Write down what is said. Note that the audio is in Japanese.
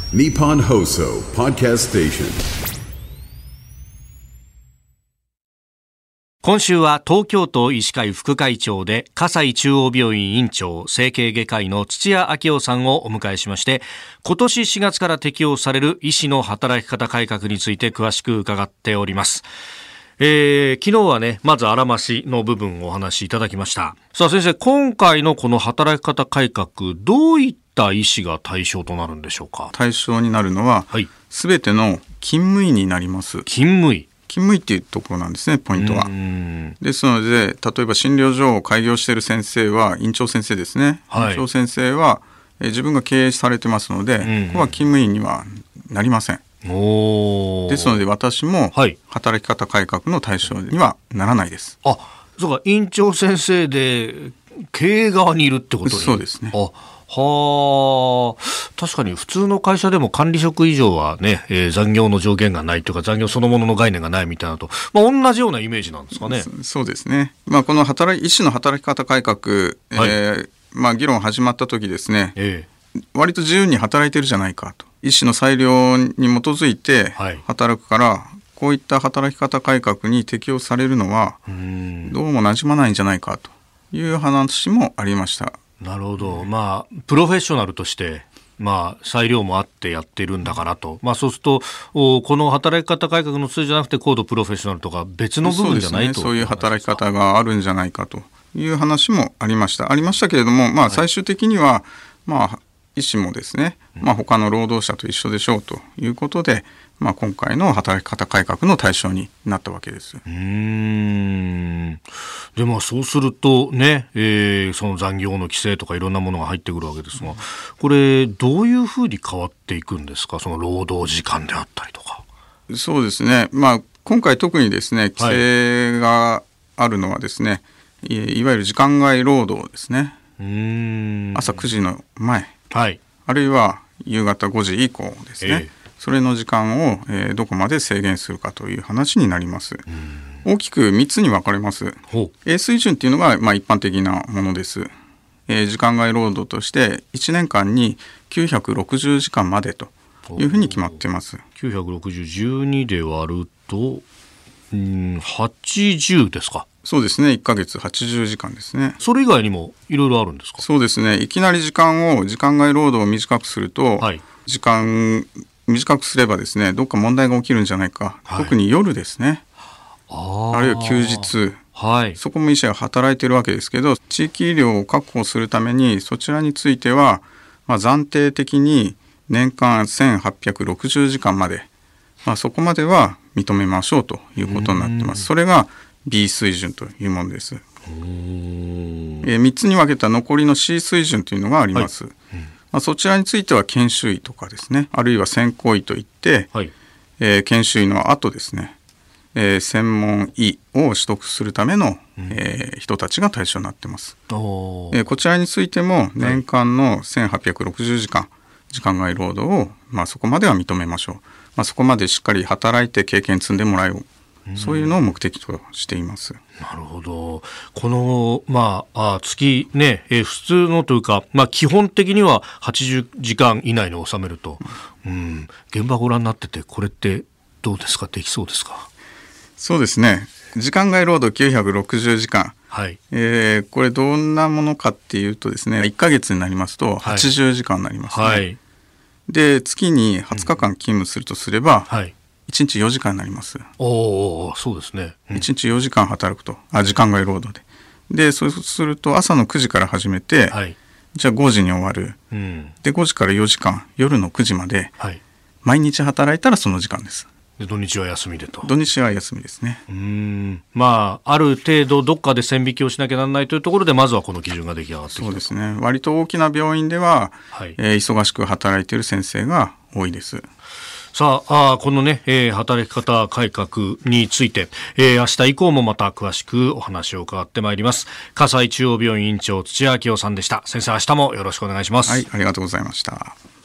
Nippon Hoso Podcast Station。 今週は東京都医師会副会長で葛西中央病院院長整形外科医の土屋昭夫さんをお迎えしまして、今年4月から適用される医師の働き方改革について詳しく伺っております。昨日はね、まずあらましの部分をお話しいただきました。さあ先生、今回のこの働き方改革、どういった医師が対象となるんでしょうか。 対象になるのは、すべての勤務医になります。 勤務医っていうところなんですね、ポイントは。ですので、例えば診療所を開業している先生は院長先生ですね、院長先生は自分が経営されてますので、ここは勤務医にはなりません。ですので私も働き方改革の対象にはならないです。 そうか、院長先生で経営側にいるってことに。 そうですね。 確かに普通の会社でも管理職以上はね、残業の上限がないというか、残業そのものの概念がないみたいなと、同じようなイメージなんですかね。 そうですね。この医師の働き方改革、議論始まった時ですね、割と自由に働いてるじゃないかと、医師の裁量に基づいて働くから、こういった働き方改革に適用されるのはどうも馴染まないんじゃないかという話もありました。 なるほど。プロフェッショナルとして裁量もあってやってるんだからと、そうするとこの働き方改革のツールじゃなくて高度プロフェッショナルとか別の部分じゃないと。 そういう働き方があるんじゃないかという話もありましたけれども、最終的には医師もですね、他の労働者と一緒でしょうということで、今回の働き方改革の対象になったわけです。 でそうするとね、その残業の規制とかいろんなものが入ってくるわけですが、これどういうふうに変わっていくんですか。その労働時間であったりとか。 そうですね、今回特にですね、規制があるのはですね、いわゆる時間外労働ですね。朝9時の前、あるいは夕方5時以降ですね、それの時間を、どこまで制限するかという話になります。大きく3つに分かれます。A 水準というのが、一般的なものです。時間外労働として1年間に960時間までというふうに決まっています。 960、12で割ると80ですか。 そうですね、1ヶ月80時間ですね。 それ以外にもいろいろあるんですか。 そうですね、いきなり時間外労働を短くすると、時間短くすればですね、どっか問題が起きるんじゃないか、特に夜ですね、あるいは休日、そこも医師が働いているわけですけど、地域医療を確保するためにそちらについては、暫定的に年間1860時間まで、そこまでは認めましょうということになっています。それが B 水準というものです。3つに分けた残りの C 水準というのがあります。そちらについては研修医とかですね、あるいは専攻医といって、研修医の後ですね、専門医を取得するための、人たちが対象になっています。こちらについても年間の1860時間、時間外労働を、そこまでは認めましょう。そこまでしっかり働いて経験積んでもらおう、そういうのを目的としています。 なるほど。この、月ね、普通のというか、基本的には80時間以内に収めると、現場ご覧になってて、これってどうですか、できそうですか。 そうですね、時間外労働960時間、これどんなものかっていうとですね、1ヶ月になりますと80時間になりますね。で、月に20日間勤務するとすれば、1日4時間になります。 そうですね、 1日4時間働くと、時間外労働で、そうすると朝の9時から始めて、じゃあ5時に終わる、で5時から4時間、夜の9時まで、毎日働いたらその時間です。 で土日は休みでと。 土日は休みですね。 ある程度どっかで線引きをしなきゃならないというところで、まずはこの基準が出来上がってきた。 そうですね、割と大きな病院では、忙しく働いている先生が多いです。 さあ、このね、働き方改革について、明日以降もまた詳しくお話を伺ってまいります。葛西中央病院院長土屋昭夫さんでした。先生、明日もよろしくお願いします。 ありがとうございました。